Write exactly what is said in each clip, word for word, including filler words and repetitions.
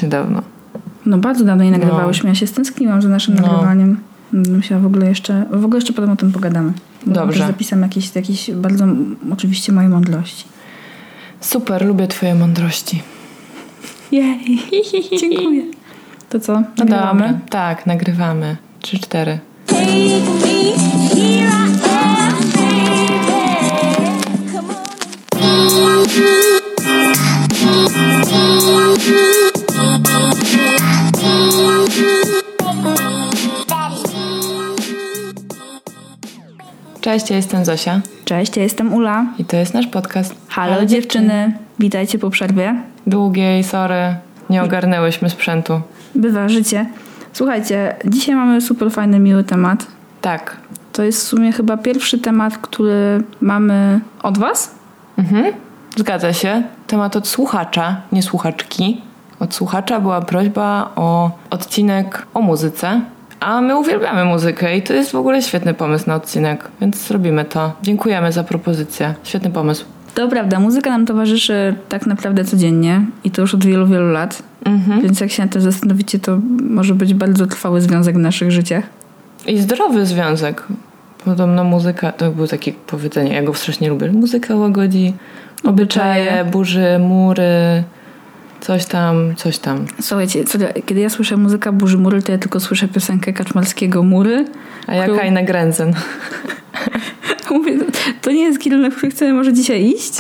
strasznie dawno. No bardzo dawno nie nagrywałyśmy. Ja się stęskniłam za naszym no. nagrywaniem. Musiała w ogóle jeszcze... W ogóle jeszcze potem o tym pogadamy. Dobrze. Też zapisam jakieś, jakieś bardzo... Oczywiście moje mądrości. Super, lubię twoje mądrości. Jej. Dziękuję. To co? Nagrywamy? No tak, nagrywamy. Trzy, cztery. Cześć, ja jestem Zosia. Cześć, ja jestem Ula. I to jest nasz podcast. Halo, Halo dziewczyny. dziewczyny. Witajcie po przerwie. Długiej, sorry. Nie ogarnęłyśmy sprzętu. Bywa, życie. Słuchajcie, dzisiaj mamy super fajny, miły temat. Tak. To jest w sumie chyba pierwszy temat, który mamy od was. Mhm. Zgadza się. Temat od słuchacza, nie słuchaczki. Od słuchacza była prośba o odcinek o muzyce. A my uwielbiamy muzykę i to jest w ogóle świetny pomysł na odcinek, więc zrobimy to. Dziękujemy za propozycję. Świetny pomysł. To prawda, muzyka nam towarzyszy tak naprawdę codziennie i to już od wielu, wielu lat. Mhm. Więc jak się na to zastanowicie, to może być bardzo trwały związek w naszych życiach. I zdrowy związek. Podobno muzyka, to było takie powiedzenie, ja go strasznie lubię. Muzyka łagodzi obyczaje, obyczaje burzy, mury... Coś tam, coś tam. Słuchajcie, kiedy ja słyszę muzyka burzy mury, to ja tylko słyszę piosenkę Kaczmarskiego Mury. A ja Kajna Grędzen. Mówię, to nie jest kierunek, w który chcemy może dzisiaj iść,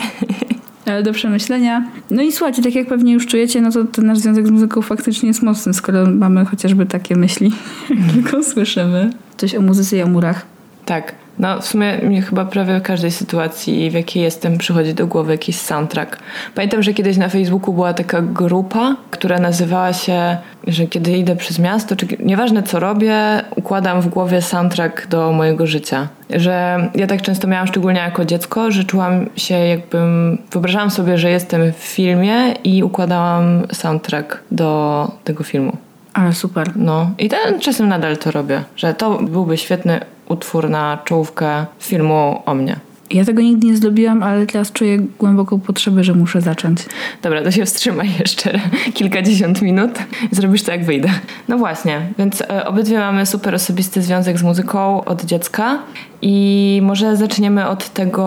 ale do przemyślenia. No i słuchajcie, tak jak pewnie już czujecie, no to ten nasz związek z muzyką faktycznie jest mocny, skoro mamy chociażby takie myśli. Tylko słyszymy coś o muzyce i o murach. Tak. No w sumie mi chyba prawie w każdej sytuacji, w jakiej jestem, przychodzi do głowy jakiś soundtrack. Pamiętam, że kiedyś na Facebooku była taka grupa, która nazywała się, że kiedy idę przez miasto, czy nieważne co robię, układam w głowie soundtrack do mojego życia. Że ja tak często miałam, szczególnie jako dziecko, że czułam się jakbym, wyobrażałam sobie, że jestem w filmie i układałam soundtrack do tego filmu. Ale super. No i ten, czasem nadal to robię, że to byłby świetny utwór na czołówkę filmu o mnie. Ja tego nigdy nie zrobiłam, ale teraz czuję głęboką potrzebę, że muszę zacząć. Dobra, to się wstrzymaj jeszcze kilkadziesiąt minut. Zrobisz to, jak wyjdę. No właśnie, więc e, obydwie mamy super osobisty związek z muzyką od dziecka i może zaczniemy od tego,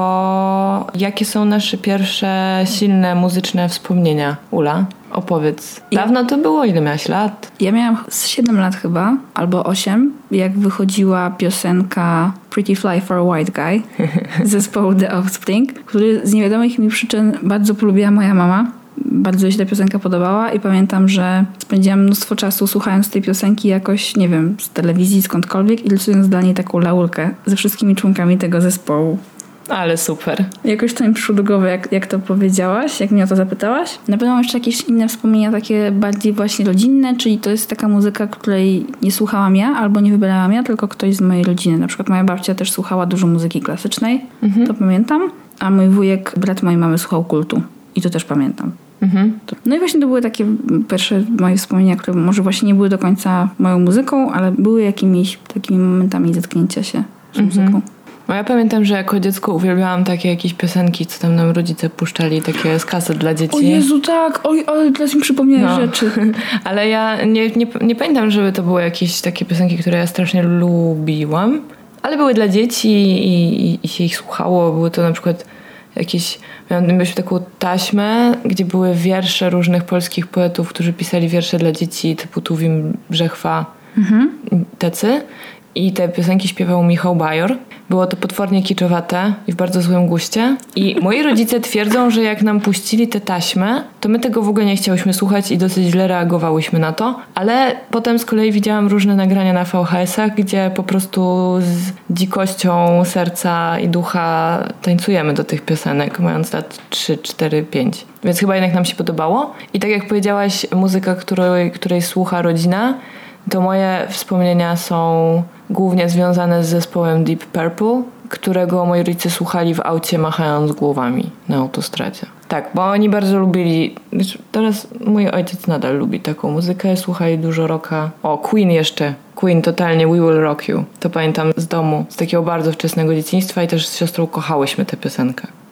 jakie są nasze pierwsze silne muzyczne wspomnienia. Ula, opowiedz. Dawno to było? Ile miałaś lat? Ja miałam z siedem lat chyba, albo osiem, jak wychodziła piosenka Pretty Fly for a White Guy zespołu The Offspring, który z niewiadomych mi przyczyn bardzo polubiła moja mama. Bardzo się ta piosenka podobała i pamiętam, że spędziłam mnóstwo czasu słuchając tej piosenki jakoś, nie wiem, z telewizji, skądkolwiek i rysując dla niej taką laurkę ze wszystkimi członkami tego zespołu. Ale super. Jakoś to mi przyszło do głowy, jak, jak to powiedziałaś, jak mnie o to zapytałaś. Na pewno mam jeszcze jakieś inne wspomnienia takie bardziej właśnie rodzinne, czyli to jest taka muzyka, której nie słuchałam ja albo nie wybierałam ja, tylko ktoś z mojej rodziny. Na przykład moja babcia też słuchała dużo muzyki klasycznej, mhm. to pamiętam, a mój wujek, brat mojej mamy słuchał kultu i to też pamiętam. Mhm. No i właśnie to były takie pierwsze moje wspomnienia, które może właśnie nie były do końca moją muzyką, ale były jakimiś takimi momentami zetknięcia się z mhm. muzyką. No ja pamiętam, że jako dziecko uwielbiałam takie jakieś piosenki, co tam nam rodzice puszczali, takie z kaset dla dzieci. O Jezu, tak! Oj, ale teraz mi przypomniałeś no. rzeczy. Ale ja nie, nie, nie pamiętam, żeby to były jakieś takie piosenki, które ja strasznie lubiłam, ale były dla dzieci i, i, i się ich słuchało. Były to na przykład jakieś... Mieliśmy taką taśmę, gdzie były wiersze różnych polskich poetów, którzy pisali wiersze dla dzieci, typu Tuwim, Brzechwa, mhm. tacy. I te piosenki śpiewał Michał Bajor. Było to potwornie kiczowate i w bardzo złym guście. I moi rodzice twierdzą, że jak nam puścili tę taśmę, to my tego w ogóle nie chciałyśmy słuchać i dosyć źle reagowałyśmy na to. Ale potem z kolei widziałam różne nagrania na V H S-ach, gdzie po prostu z dzikością serca i ducha tańcujemy do tych piosenek, mając lat trzy, cztery, pięć. Więc chyba jednak nam się podobało. I tak jak powiedziałaś, muzyka, której, której słucha rodzina, to moje wspomnienia są głównie związane z zespołem Deep Purple, którego moi rodzice słuchali w aucie, machając głowami na autostradzie. Tak, bo oni bardzo lubili... Teraz mój ojciec nadal lubi taką muzykę, słuchali dużo rocka. O, Queen jeszcze. Queen, totalnie We Will Rock You. To pamiętam z domu, z takiego bardzo wczesnego dzieciństwa i też z siostrą kochałyśmy tę piosenkę.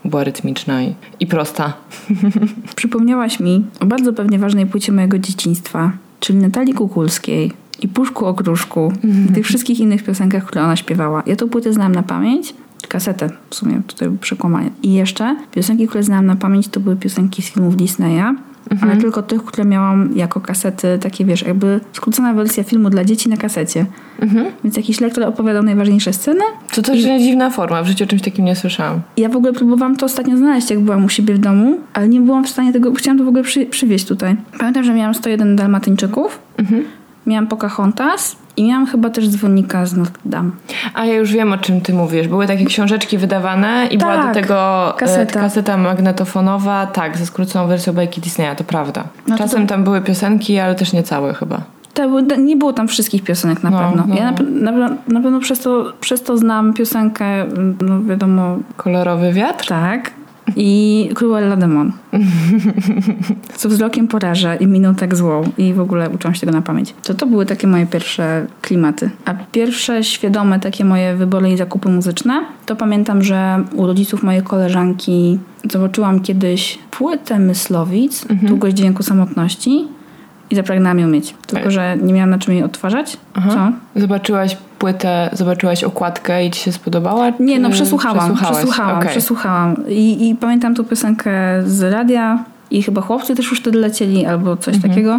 była rytmiczna i, i prosta. Przypomniałaś mi o bardzo pewnie ważnej płycie mojego dzieciństwa, czyli Natalii Kukulskiej i Puszku o Kruszku mm-hmm. i tych wszystkich innych piosenkach, które ona śpiewała. Ja tą płytę znałam na pamięć, kasetę w sumie, tutaj przekłamanie. I jeszcze piosenki, które znałam na pamięć, to były piosenki z filmów Disneya, mhm. ale tylko tych, które miałam jako kasety, takie wiesz, jakby skrócona wersja filmu dla dzieci na kasecie. Mhm. Więc jakiś lektor opowiadał najważniejsze sceny. To też i... dziwna forma, w życiu o czymś takim nie słyszałam. Ja w ogóle próbowałam to ostatnio znaleźć, jak byłam u siebie w domu, ale nie byłam w stanie tego, chciałam to w ogóle przy, przywieźć tutaj. Pamiętam, że miałam sto jeden Dalmatyńczyków, mhm. miałam Pocahontas i miałam chyba też Dzwonnika z Notre Dame. A ja już wiem, o czym ty mówisz. Były takie książeczki wydawane i tak, była do tego kaseta. kaseta magnetofonowa, tak, ze skróconą wersją bajki Disneya, to prawda. No Czasem to... tam były piosenki, ale też nie całe chyba. To, nie było tam wszystkich piosenek na no, pewno. No. Ja na, na, na pewno przez to, przez to znam piosenkę, no wiadomo... Kolorowy wiatr? Tak. I Cruella de Mon. Co wzrokiem poraża i miną tak złą. I w ogóle uczyłam się tego na pamięć. To to były takie moje pierwsze klimaty. A pierwsze świadome takie moje wybory i zakupy muzyczne, to pamiętam, że u rodziców mojej koleżanki zobaczyłam kiedyś płytę Myslowic, mhm. Długość dźwięku samotności i zapragnęłam ją mieć. Tylko, że nie miałam na czym jej odtwarzać. Aha. Co? Zobaczyłaś płytę, zobaczyłaś okładkę i ci się spodobała? Nie, no przesłuchałam. Przesłuchałam, okay. przesłuchałam. I, I pamiętam tą piosenkę z radia i chyba chłopcy też już wtedy lecieli albo coś mhm. takiego.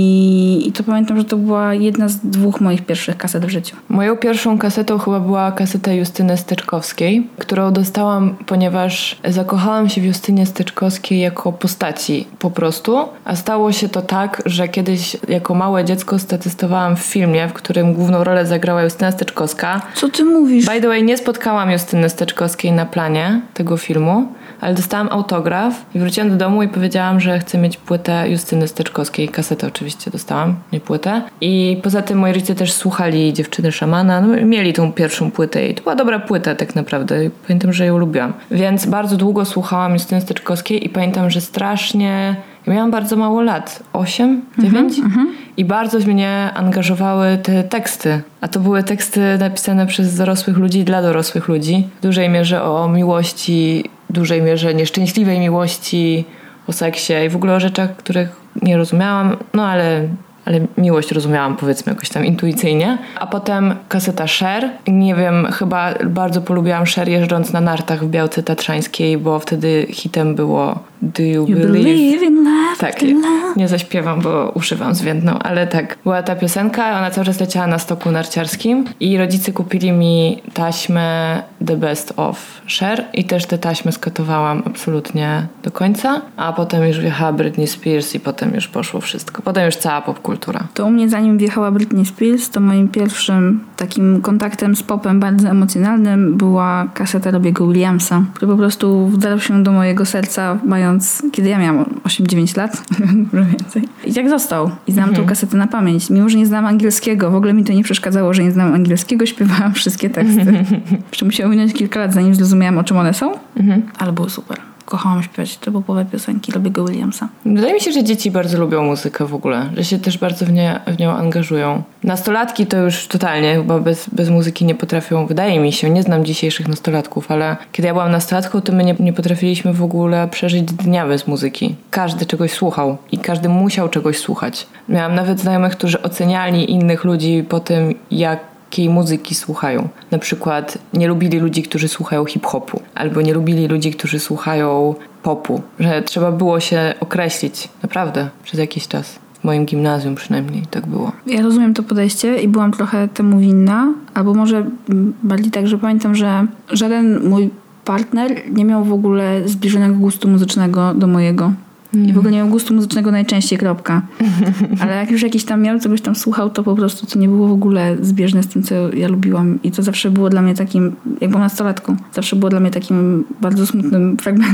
I, I to pamiętam, że to była jedna z dwóch moich pierwszych kaset w życiu. Moją pierwszą kasetą chyba była kaseta Justyny Steczkowskiej, którą dostałam, ponieważ zakochałam się w Justynie Steczkowskiej jako postaci po prostu. A stało się to tak, że kiedyś jako małe dziecko statystowałam w filmie, w którym główną rolę zagrała Justyna Steczkowska. Co ty mówisz? By the way, nie spotkałam Justyny Steczkowskiej na planie tego filmu, ale dostałam autograf i wróciłam do domu i powiedziałam, że chcę mieć płytę Justyny Steczkowskiej. Kasetę oczywiście dostałam, nie płytę. I poza tym moi rodzice też słuchali Dziewczyny Szamana. No, mieli tą pierwszą płytę i to była dobra płyta tak naprawdę. Pamiętam, że ją lubiłam. Więc bardzo długo słuchałam Justyny Steczkowskiej i pamiętam, że strasznie... Ja miałam bardzo mało lat. Osiem? Dziewięć? Mm-hmm. I bardzo mnie angażowały te teksty. A to były teksty napisane przez dorosłych ludzi dla dorosłych ludzi. W dużej mierze o miłości, w dużej mierze nieszczęśliwej miłości, o seksie i w ogóle o rzeczach, których nie rozumiałam. No ale... ale miłość rozumiałam, powiedzmy, jakoś tam intuicyjnie. A potem kaseta Cher. Nie wiem, chyba bardzo polubiłam Cher jeżdżąc na nartach w Białce Tatrzańskiej, bo wtedy hitem było Do you, you believe? believe in love? Tak, nie, nie zaśpiewam, bo uszywam zwiędną, ale tak. Była ta piosenka, ona cały czas leciała na stoku narciarskim i rodzice kupili mi taśmę The Best of Cher i też tę taśmę skatowałam absolutnie do końca, a potem już wjechała Britney Spears i potem już poszło wszystko. Potem już cała popkultura. To u mnie zanim wjechała Britney Spears, to moim pierwszym takim kontaktem z popem bardzo emocjonalnym była kaseta Robiego Williamsa, który po prostu wdarł się do mojego serca, mając, kiedy ja miałam osiem dziewięć lat, może więcej. I tak został. I znam mhm. tą kasetę na pamięć. Mimo, że nie znam angielskiego, w ogóle mi to nie przeszkadzało, że nie znam angielskiego, śpiewałam wszystkie teksty. Jeszcze musiało minąć kilka lat, zanim zrozumiałam, o czym one są, mhm. ale były super. Kochałam śpiewać typowe piosenki Robiego Williamsa. Wydaje mi się, że dzieci bardzo lubią muzykę w ogóle, że się też bardzo w, nie, w nią angażują. Nastolatki to już totalnie chyba bez, bez muzyki nie potrafią, wydaje mi się, nie znam dzisiejszych nastolatków, ale kiedy ja byłam nastolatką, to my nie, nie potrafiliśmy w ogóle przeżyć dnia bez muzyki. Każdy czegoś słuchał i każdy musiał czegoś słuchać. Miałam nawet znajomych, którzy oceniali innych ludzi po tym, jak jakiej muzyki słuchają. Na przykład nie lubili ludzi, którzy słuchają hip-hopu, albo nie lubili ludzi, którzy słuchają popu. Że trzeba było się określić, naprawdę, przez jakiś czas. W moim gimnazjum przynajmniej tak było. Ja rozumiem to podejście i byłam trochę temu winna, albo może bardziej tak, że pamiętam, że żaden mój partner nie miał w ogóle zbliżonego gustu muzycznego do mojego. I w ogóle nie miał gustu muzycznego najczęściej, kropka. Ale jak już jakiś tam miał, czegoś tam słuchał, to po prostu to nie było w ogóle zbieżne z tym, co ja lubiłam. I to zawsze było dla mnie takim, jak byłam nastolatką, zawsze było dla mnie takim bardzo smutnym fragmentem.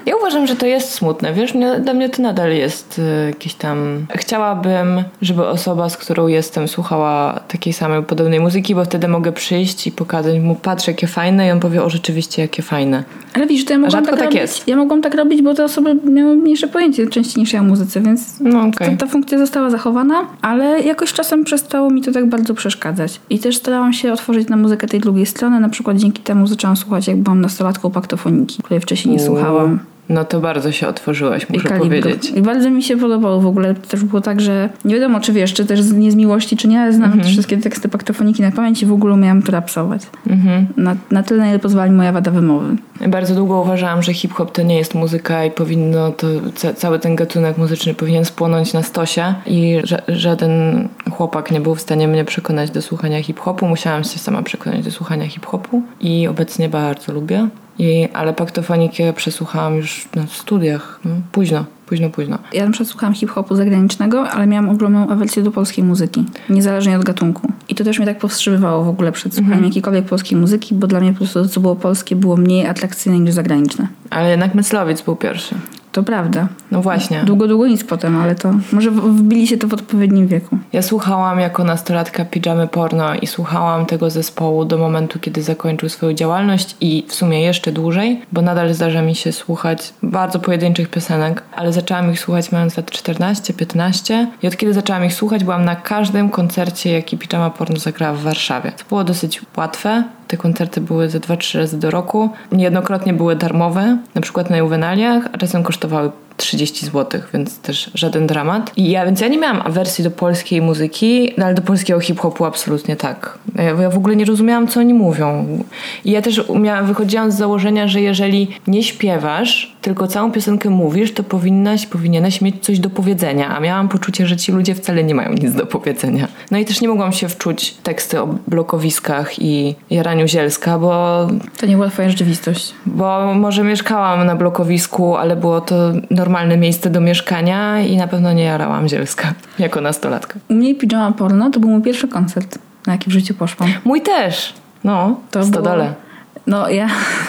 Ja uważam, że to jest smutne, wiesz, mnie, dla mnie to nadal jest y, jakieś tam... Chciałabym, żeby osoba, z którą jestem, słuchała takiej samej, podobnej muzyki, bo wtedy mogę przyjść i pokazać mu, patrz jakie fajne i on powie, o rzeczywiście jakie fajne. Ale widzisz, to ja mogłam tak, tak robić. Jest. Ja mogłam tak robić, bo te osoby miały mniejsze pojęcie częściej niż ja o muzyce, więc no, okay. ta, ta funkcja została zachowana, ale jakoś czasem przestało mi to tak bardzo przeszkadzać. I też starałam się otworzyć na muzykę tej drugiej strony, na przykład dzięki temu zaczęłam słuchać, jak byłam nastolatką, paktofoniki, której wcześniej nie Uuu. słuchałam. No to bardzo się otworzyłaś, muszę I powiedzieć. I bardzo mi się podobało w ogóle. Też było tak, że nie wiadomo, czy wiesz, czy też nie z miłości, czy nie, ale znam mm-hmm. wszystkie teksty paktofoniki na pamięć i w ogóle miałam to rapsować. Mm-hmm. Na, na tyle, na ile pozwala mi moja wada wymowy. Bardzo długo uważałam, że hip-hop to nie jest muzyka i powinno to, ca- cały ten gatunek muzyczny powinien spłonąć na stosie i ża- żaden chłopak nie był w stanie mnie przekonać do słuchania hip-hopu. Musiałam się sama przekonać do słuchania hip-hopu i obecnie bardzo lubię. I, ale paktofonikę przesłuchałam już na studiach. No, późno, późno, późno. Ja na przykład słuchałam hip-hopu zagranicznego, ale miałam ogromną awersję do polskiej muzyki. Niezależnie od gatunku. I to też mnie tak powstrzymywało w ogóle przed słuchaniem mm-hmm. jakiejkolwiek polskiej muzyki, bo dla mnie po prostu to, co było polskie, było mniej atrakcyjne niż zagraniczne. Ale jednak Myslowic był pierwszy. To prawda. No właśnie. Długo, długo nic potem, ale to może wbili się to w odpowiednim wieku. Ja słuchałam jako nastolatka Pijamy Porno i słuchałam tego zespołu do momentu, kiedy zakończył swoją działalność i w sumie jeszcze dłużej, bo nadal zdarza mi się słuchać bardzo pojedynczych piosenek, ale zaczęłam ich słuchać mając lat czternaście piętnaście i od kiedy zaczęłam ich słuchać, byłam na każdym koncercie, jaki Pijama Porno zagrała w Warszawie. To było dosyć łatwe. Te koncerty były ze dwa trzy razy do roku. Niejednokrotnie były darmowe, na przykład na Juwenaliach, a czasem kosztowały trzydzieści złotych, więc też żaden dramat. I ja, więc ja nie miałam awersji do polskiej muzyki, no ale do polskiego hip-hopu absolutnie tak. Ja, ja w ogóle nie rozumiałam, co oni mówią. I ja też umiałam, wychodziłam z założenia, że jeżeli nie śpiewasz, tylko całą piosenkę mówisz, to powinnaś, powinieneś mieć coś do powiedzenia, a miałam poczucie, że ci ludzie wcale nie mają nic do powiedzenia. No i też nie mogłam się wczuć teksty o blokowiskach i jaraniu zielska, bo... To nie była twoja rzeczywistość. Bo może mieszkałam na blokowisku, ale było to normalne miejsce do mieszkania i na pewno nie jarałam zielska jako nastolatka. U mnie Pijama Porno to był mój pierwszy koncert, na jaki w życiu poszłam. Mój też. No, to w Stodole. Było... No ja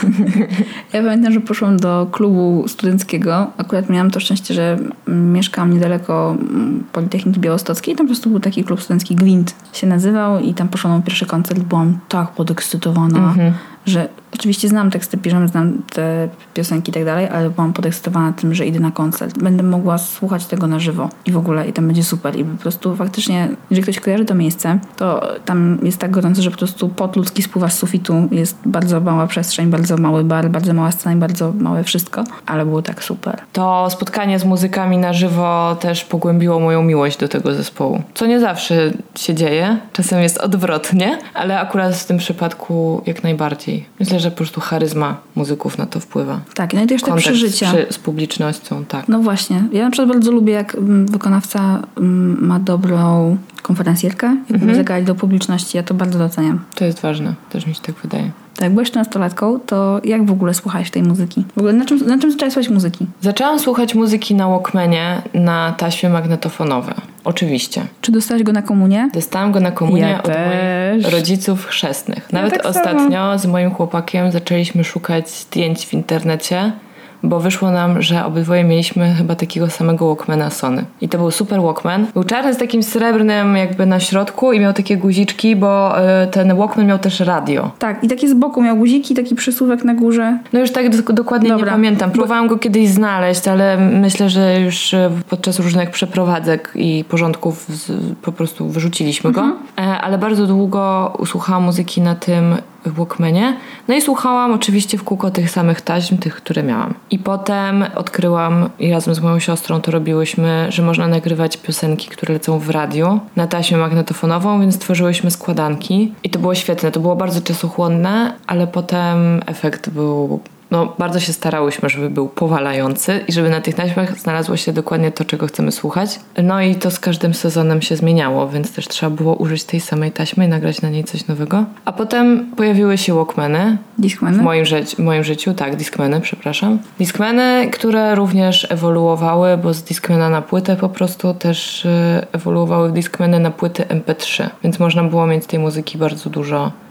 ja pamiętam, że poszłam do klubu studenckiego. Akurat miałam to szczęście, że mieszkam niedaleko Politechniki Białostockiej. Tam po prostu był taki klub studencki, Gwint się nazywał i tam poszłam na pierwszy koncert. Byłam tak podekscytowana, mm-hmm. że oczywiście znam teksty, piżam, znam te piosenki i tak dalej, ale byłam podekscytowana tym, że idę na koncert. Będę mogła słuchać tego na żywo i w ogóle i tam będzie super. I po prostu faktycznie, jeżeli ktoś kojarzy to miejsce, to tam jest tak gorąco, że po prostu pot ludzki spływa z sufitu. Jest bardzo mała przestrzeń, bardzo mały bar, bardzo mała scena i bardzo małe wszystko, ale było tak super. To spotkanie z muzykami na żywo też pogłębiło moją miłość do tego zespołu. Co nie zawsze się dzieje, czasem jest odwrotnie, ale akurat w tym przypadku jak najbardziej. Myślę, że po prostu charyzma muzyków na to wpływa. Tak, no i też te przeżycia. Przy, z publicznością, tak. No właśnie. Ja na przykład bardzo lubię, jak wykonawca ma dobrą konferencjerkę, jak mhm. muzyka do publiczności. Ja to bardzo doceniam. To jest ważne. Też mi się tak wydaje. Tak, jak byłeś nastolatką, to jak w ogóle słuchałeś tej muzyki? W ogóle na czym, na czym zaczęłaś słuchać muzyki? Zaczęłam słuchać muzyki na Walkmanie, na taśmie magnetofonowe. Oczywiście. Czy dostałaś go na komunię? Dostałam go na komunię ja od też. moich rodziców chrzestnych. Nawet ja tak ostatnio samo. z moim chłopakiem zaczęliśmy szukać zdjęć w internecie, bo wyszło nam, że obydwoje mieliśmy chyba takiego samego Walkmana Sony. I to był super Walkman. Był czarny z takim srebrnym jakby na środku i miał takie guziczki, bo y, ten Walkman miał też radio. Tak, i takie z boku miał guziki, taki przysuwek na górze. No już tak do, dokładnie Dobra. nie pamiętam. Próbowałam go kiedyś znaleźć, ale myślę, że już podczas różnych przeprowadzek i porządków z, po prostu wyrzuciliśmy mhm. go. E, ale bardzo długo słuchałam muzyki na tym Walkmanie. No i słuchałam oczywiście w kółko tych samych taśm, tych, które miałam. I potem odkryłam i razem z moją siostrą to robiłyśmy, że można nagrywać piosenki, które lecą w radiu na taśmę magnetofonową, więc tworzyłyśmy składanki. I to było świetne. To było bardzo czasochłonne, ale potem efekt był... No, bardzo się starałyśmy, żeby był powalający i żeby na tych taśmach znalazło się dokładnie to, czego chcemy słuchać. No i to z każdym sezonem się zmieniało, więc też trzeba było użyć tej samej taśmy i nagrać na niej coś nowego. A potem pojawiły się Walkmany. Discmany? W moim, ży- w moim życiu, tak, Discmany, przepraszam. Discmany, które również ewoluowały, bo z Discmana na płytę po prostu też ewoluowały Discmany na płyty em pe trzy, więc można było mieć tej muzyki bardzo dużo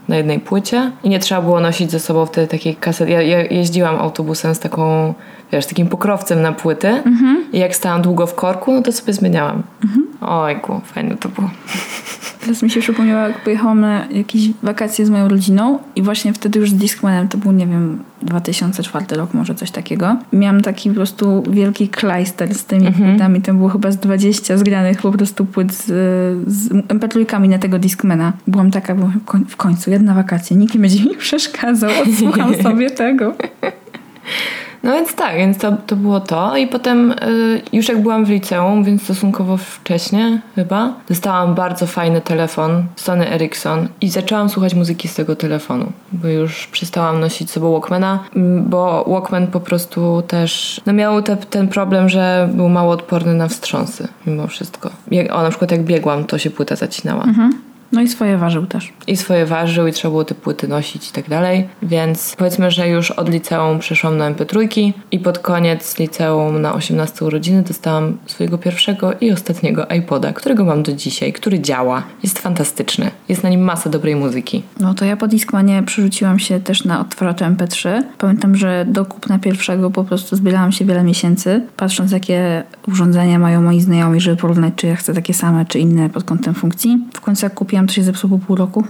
na jednej płycie i nie trzeba było nosić ze sobą wtedy takiej kasety. Ja, ja jeździłam autobusem z taką, wiesz, takim pokrowcem na płyty mhm. i jak stałam długo w korku, no to sobie zmieniałam. Mhm. Ojku, fajne to było. Teraz mi się przypomniało, jak pojechałam na jakieś wakacje z moją rodziną i właśnie wtedy już z Discmanem, to był, nie wiem, dwa tysiące czwarty rok, może coś takiego. Miałam taki po prostu wielki klajster z tymi mhm. płytami. Tam było chyba z dwadzieścia zgranych po prostu płyt z, z em pe trzy na tego Discmana. Byłam taka, byłam w końcu, jedna wakacje, nikt nie będzie mi przeszkadzał, odsłucham sobie tego. No więc tak, więc to, to było to i potem y, już jak byłam w liceum, więc stosunkowo wcześnie chyba, dostałam bardzo fajny telefon Sony Ericsson i zaczęłam słuchać muzyki z tego telefonu, bo już przestałam nosić z sobą Walkmana, bo Walkman po prostu też no miał te, ten problem, że był mało odporny na wstrząsy mimo wszystko. Jak, o, na przykład jak biegłam, to się płyta zacinała. Mhm. No i swoje ważył też. I swoje ważył i trzeba było te płyty nosić i tak dalej. Więc powiedzmy, że już od liceum przeszłam na em pe trzy i pod koniec liceum na osiemnaste urodziny dostałam swojego pierwszego i ostatniego iPoda, którego mam do dzisiaj, który działa. Jest fantastyczny. Jest na nim masa dobrej muzyki. No to ja po Discmanie przerzuciłam się też na odtwarzacz em pe trzy. Pamiętam, że do kupna pierwszego po prostu zbierałam się wiele miesięcy, patrząc jakie urządzenia mają moi znajomi, żeby porównać, czy ja chcę takie same, czy inne pod kątem funkcji. W końcu jak kupiłam, to się zepsuło po pół roku.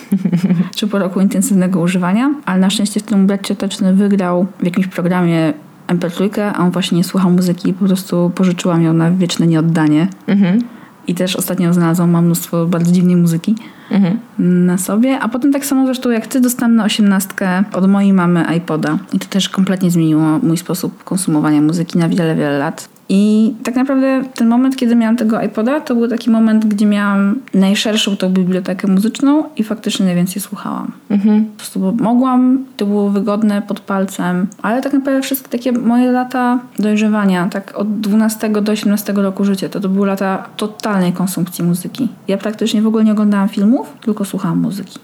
czy po roku intensywnego używania. Ale na szczęście w tym brat cioteczny wygrał w jakimś programie em pe trzy, a on właśnie nie słuchał muzyki i po prostu pożyczyłam ją na wieczne nieoddanie. Mhm. I też ostatnio znalazłam, mam mnóstwo bardzo dziwnej muzyki mhm. na sobie. A potem tak samo zresztą jak ty dostałam na osiemnastkę od mojej mamy iPoda. I to też kompletnie zmieniło mój sposób konsumowania muzyki na wiele, wiele lat. I tak naprawdę ten moment, kiedy miałam tego iPoda, to był taki moment, gdzie miałam najszerszą tą bibliotekę muzyczną i faktycznie najwięcej słuchałam. Mhm. Po prostu bo mogłam, to było wygodne pod palcem, ale tak naprawdę wszystkie takie moje lata dojrzewania, tak od dwunastego do osiemnastego roku życia, to to były lata totalnej konsumpcji muzyki. Ja praktycznie w ogóle nie oglądałam filmów, tylko słuchałam muzyki.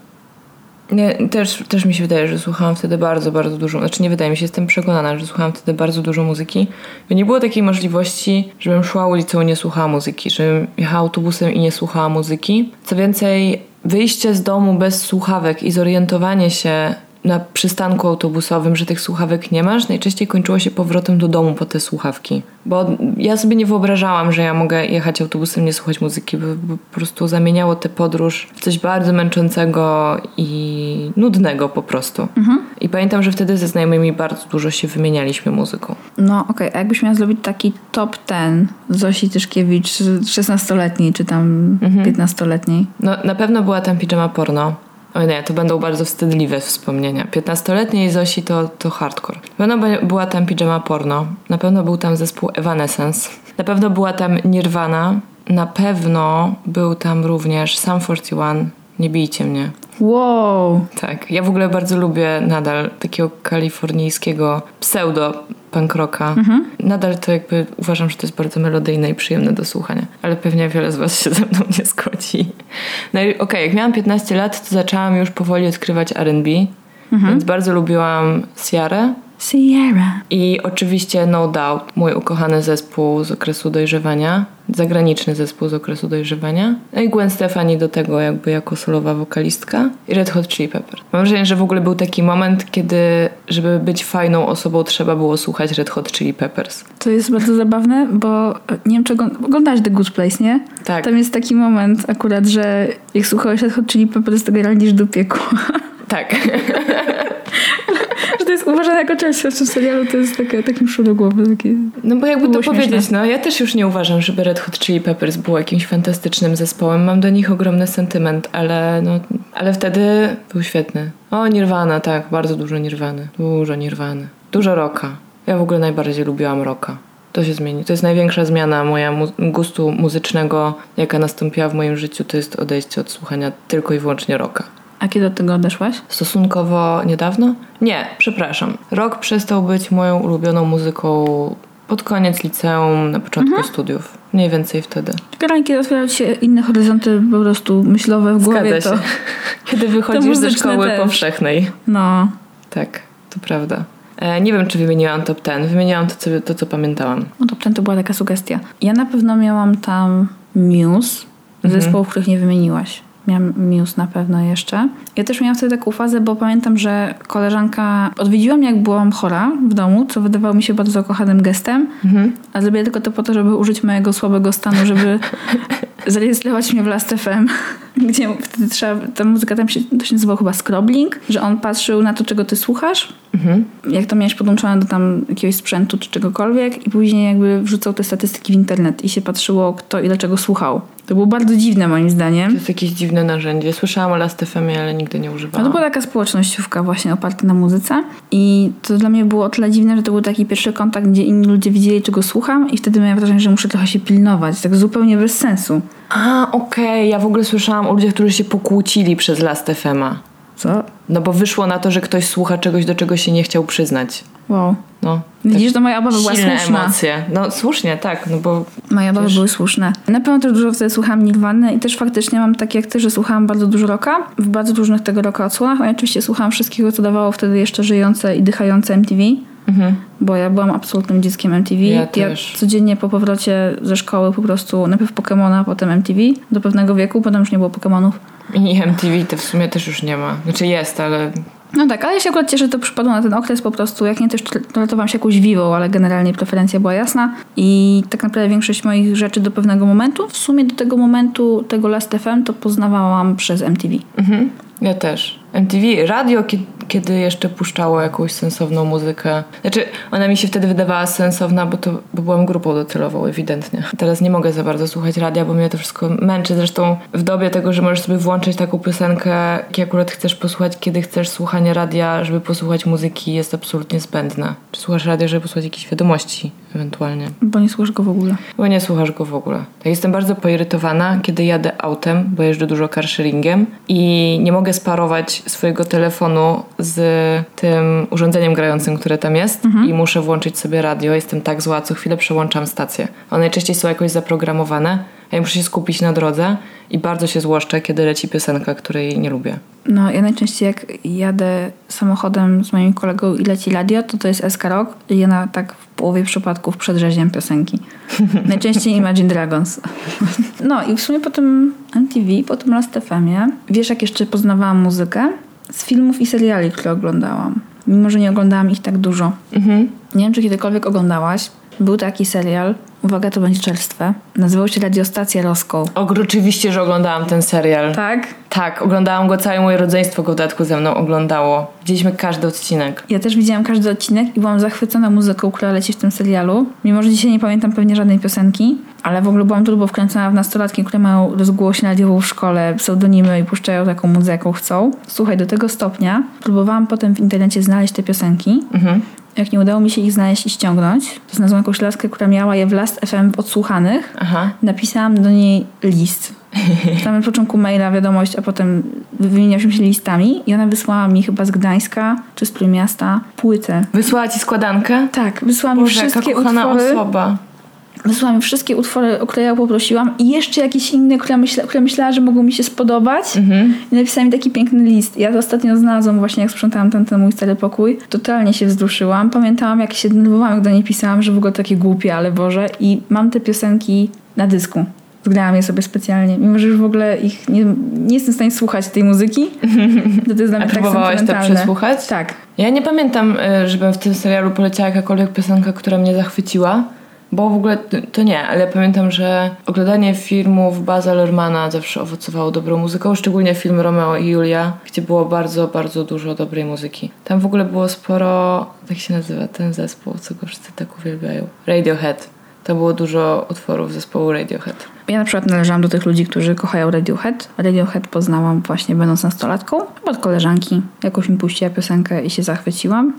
Nie, też, też mi się wydaje, że słuchałam wtedy bardzo, bardzo dużo, znaczy nie wydaje mi się, jestem przekonana, że słuchałam wtedy bardzo dużo muzyki. Bo nie było takiej możliwości, żebym szła ulicą i nie słuchała muzyki, żebym jechała autobusem i nie słuchała muzyki. Co więcej, wyjście z domu bez słuchawek i zorientowanie się na przystanku autobusowym, że tych słuchawek nie masz, najczęściej kończyło się powrotem do domu po te słuchawki. Bo ja sobie nie wyobrażałam, że ja mogę jechać autobusem, nie słuchać muzyki, bo, bo po prostu zamieniało tę podróż w coś bardzo męczącego i nudnego po prostu. Mhm. I pamiętam, że wtedy ze znajomymi bardzo dużo się wymienialiśmy muzyką. No okej, okay. A jakbyś miała zrobić taki top ten Zosi Tyszkiewicz szesnastoletniej czy tam mhm. piętnastoletniej? No na pewno była tam Pijama Porno. O nie, to będą bardzo wstydliwe wspomnienia. piętnastoletniej Zosi to, to hardcore. Na pewno była tam Pijama Porno. Na pewno był tam zespół Evanescence. Na pewno była tam Nirvana. Na pewno był tam również Sum czterdzieści jeden. Nie bijcie mnie. Wow. Tak. Ja w ogóle bardzo lubię nadal takiego kalifornijskiego pseudo punk rocka. Mhm. Nadal to jakby uważam, że to jest bardzo melodyjne i przyjemne do słuchania. Ale pewnie wiele z was się ze mną nie zgodzi. No i okej, okay, jak miałam piętnaście lat, to zaczęłam już powoli odkrywać R and B. Mhm. Więc bardzo lubiłam Ciarę. Ciara. I oczywiście No Doubt, mój ukochany zespół z okresu dojrzewania. Zagraniczny zespół z okresu dojrzewania. No i Gwen Stefani do tego jakby jako solowa wokalistka. I Red Hot Chili Peppers. Mam wrażenie, że w ogóle był taki moment, kiedy żeby być fajną osobą trzeba było słuchać Red Hot Chili Peppers. To jest bardzo zabawne, bo nie wiem czego... Oglądasz The Good Place, nie? Tak. Tam jest taki moment akurat, że jak słuchałeś Red Hot Chili Peppers, to gralisz do piekła. Tak. Że to jest uważane jako część w serialu, to jest takie, takim szum do głowy. Takie... No bo jakby to śmieszne powiedzieć, no ja też już nie uważam, żeby Red Hot Chili Peppers było jakimś fantastycznym zespołem. Mam do nich ogromny sentyment, ale no, ale wtedy był świetny. O, Nirvana, tak, bardzo dużo Nirwany. Dużo Nirwany. Dużo rocka. Ja w ogóle najbardziej lubiłam rocka. To się zmieni. To jest największa zmiana moja mu- gustu muzycznego, jaka nastąpiła w moim życiu, to jest odejście od słuchania tylko i wyłącznie rocka. A kiedy od tego odeszłaś? Stosunkowo niedawno? Nie, przepraszam. Rock przestał być moją ulubioną muzyką pod koniec liceum, na początku mhm. studiów. Mniej więcej wtedy. Generalnie kiedy otwierają się inne horyzonty po prostu myślowe w głowie, Zgadza to... się. Kiedy wychodzisz ze szkoły też. powszechnej. No. Tak, to prawda. E, nie wiem, czy wymieniłam top ten. Wymieniłam to, co, to, co pamiętałam. No top ten to była taka sugestia. Ja na pewno miałam tam Muse, mhm. zespołów, których nie wymieniłaś. Miałam Muse na pewno jeszcze. Ja też miałam wtedy taką fazę, bo pamiętam, że koleżanka... Odwiedziła mnie, jak byłam chora w domu, co wydawało mi się bardzo kochanym gestem, mhm. a zrobiła tylko to po to, żeby użyć mojego słabego stanu, żeby zarejestrować mnie w Last F M, gdzie wtedy trzeba... Ta muzyka tam się, to się nazywało chyba scrobbling, że on patrzył na to, czego ty słuchasz, mhm. jak to miałeś podłączone do tam jakiegoś sprzętu czy czegokolwiek i później jakby wrzucał te statystyki w internet i się patrzyło, kto ile czego słuchał. To było bardzo dziwne moim zdaniem. To jest jakieś dziwne narzędzie. Słyszałam o Last F M ie, ale nigdy nie używałam. No to była taka społecznościówka właśnie oparta na muzyce i to dla mnie było o tyle dziwne, że to był taki pierwszy kontakt, gdzie inni ludzie widzieli, czego słucham i wtedy miałam wrażenie, że muszę trochę się pilnować. Tak zupełnie bez sensu. A, okej. Okay. Ja w ogóle słyszałam o ludziach, którzy się pokłócili przez Last F M a. Co? No bo wyszło na to, że ktoś słucha czegoś, do czego się nie chciał przyznać. Wow. No, widzisz, tak, to moja obawa była słuszna. Silne emocje. No słusznie, tak, no bo... Moje obawy były słuszne. Na pewno też dużo wtedy słuchałam Nirvany i też faktycznie mam tak jak ty, że słuchałam bardzo dużo rocka, w bardzo różnych tego rocka odsłonach, a oczywiście słuchałam wszystkiego, co dawało wtedy jeszcze żyjące i dychające M T V. Mhm. Bo ja byłam absolutnym dzieckiem M T V. Ja, ja też. codziennie po powrocie ze szkoły po prostu najpierw Pokemona, potem M T V do pewnego wieku, potem już nie było Pokemonów. I M T V to w sumie też już nie ma. Znaczy jest, ale... No tak, ale ja się akurat cieszę, że to przypadło na ten okres po prostu. Jak nie, też ratowałam się jakąś Vivą, ale generalnie preferencja była jasna. I tak naprawdę większość moich rzeczy do pewnego momentu, w sumie do tego momentu, tego Last F M, to poznawałam przez M T V. Mhm. Ja też. M T V, radio, kiedy, kiedy jeszcze puszczało jakąś sensowną muzykę. Znaczy, ona mi się wtedy wydawała sensowna, bo to bo byłam grupą docelową, ewidentnie. Teraz nie mogę za bardzo słuchać radia, bo mnie to wszystko męczy. Zresztą w dobie tego, że możesz sobie włączyć taką piosenkę, jak akurat chcesz posłuchać, kiedy chcesz, słuchanie radia, żeby posłuchać muzyki, jest absolutnie zbędne. Czy słuchasz radia, żeby posłuchać jakichś wiadomości ewentualnie? Bo nie słuchasz go w ogóle. Bo nie słuchasz go w ogóle. Tak, jestem bardzo poirytowana, kiedy jadę autem, bo jeżdżę dużo carsharingiem i nie mogę sparować swojego telefonu z tym urządzeniem grającym, które tam jest mhm. i muszę włączyć sobie radio. Jestem tak zła, co chwilę przełączam stację. One najczęściej są jakoś zaprogramowane, a ja muszę się skupić na drodze i bardzo się złoszczę, kiedy leci piosenka, której nie lubię. No, ja najczęściej jak jadę samochodem z moim kolegą i leci radio, to to jest S K Rock i ja na, tak w połowie przypadków przedrzeźniam piosenki. Najczęściej Imagine Dragons. No i w sumie po tym M T V, po tym Last F M ie, wiesz jak jeszcze poznawałam muzykę? Z filmów i seriali, które oglądałam. Mimo, że nie oglądałam ich tak dużo. Mhm. Nie wiem, czy kiedykolwiek oglądałaś. Był taki serial, uwaga, to będzie czerstwe, nazywał się Radiostacja Roscoe. O, oczywiście, że oglądałam ten serial. Tak? Tak, oglądałam go, całe moje rodzeństwo go w dodatku ze mną oglądało. Widzieliśmy każdy odcinek. Ja też widziałam każdy odcinek i byłam zachwycona muzyką, która leci w tym serialu. Mimo, że dzisiaj nie pamiętam pewnie żadnej piosenki, ale w ogóle byłam turbo wkręcona w nastolatki, które mają rozgłośnię radiową w szkole, pseudonimy i puszczają taką muzykę, jaką chcą. Słuchaj, do tego stopnia próbowałam potem w internecie znaleźć te piosenki. Mhm. Jak nie udało mi się ich znaleźć i ściągnąć, to znalazłam jakąś laskę, która miała je w Last F M w odsłuchanych. Aha. Napisałam do niej list. Tam na początku maila wiadomość, a potem wymienialiśmy się listami i ona wysłała mi chyba z Gdańska czy z Trójmiasta płytę. Wysłała ci składankę? Tak, wysłała mi wszystkie utwory. Osoba. Wysłała mi wszystkie utwory, o które ja poprosiłam i jeszcze jakieś inne, które, myśla, które myślała, że mogą mi się spodobać. Mhm. I napisała mi taki piękny list. Ja to ostatnio znalazłam właśnie, jak sprzątałam ten, ten mój stary pokój. Totalnie się wzruszyłam. Pamiętałam, jak się denerwowałam, jak do niej pisałam, że w ogóle takie głupie, ale Boże. I mam te piosenki na dysku. Zgrałam je sobie specjalnie. Mimo, że już w ogóle ich nie, nie jestem w stanie słuchać tej muzyki. To, to jest dla mnie tak próbowałaś to przesłuchać? Tak. Ja nie pamiętam, żebym w tym serialu poleciała jakakolwiek piosenka, która mnie zachwyciła. Bo w ogóle to nie, ale pamiętam, że oglądanie filmów Baza Lermana zawsze owocowało dobrą muzyką, szczególnie film Romeo i Julia, gdzie było bardzo, bardzo dużo dobrej muzyki. Tam w ogóle było sporo, jak się nazywa ten zespół, co go wszyscy tak uwielbiają? Radiohead. To było dużo utworów zespołu Radiohead. Ja na przykład należałam do tych ludzi, którzy kochają Radiohead. Radiohead poznałam właśnie będąc nastolatką, od koleżanki. Jakoś mi puściła piosenkę i się zachwyciłam.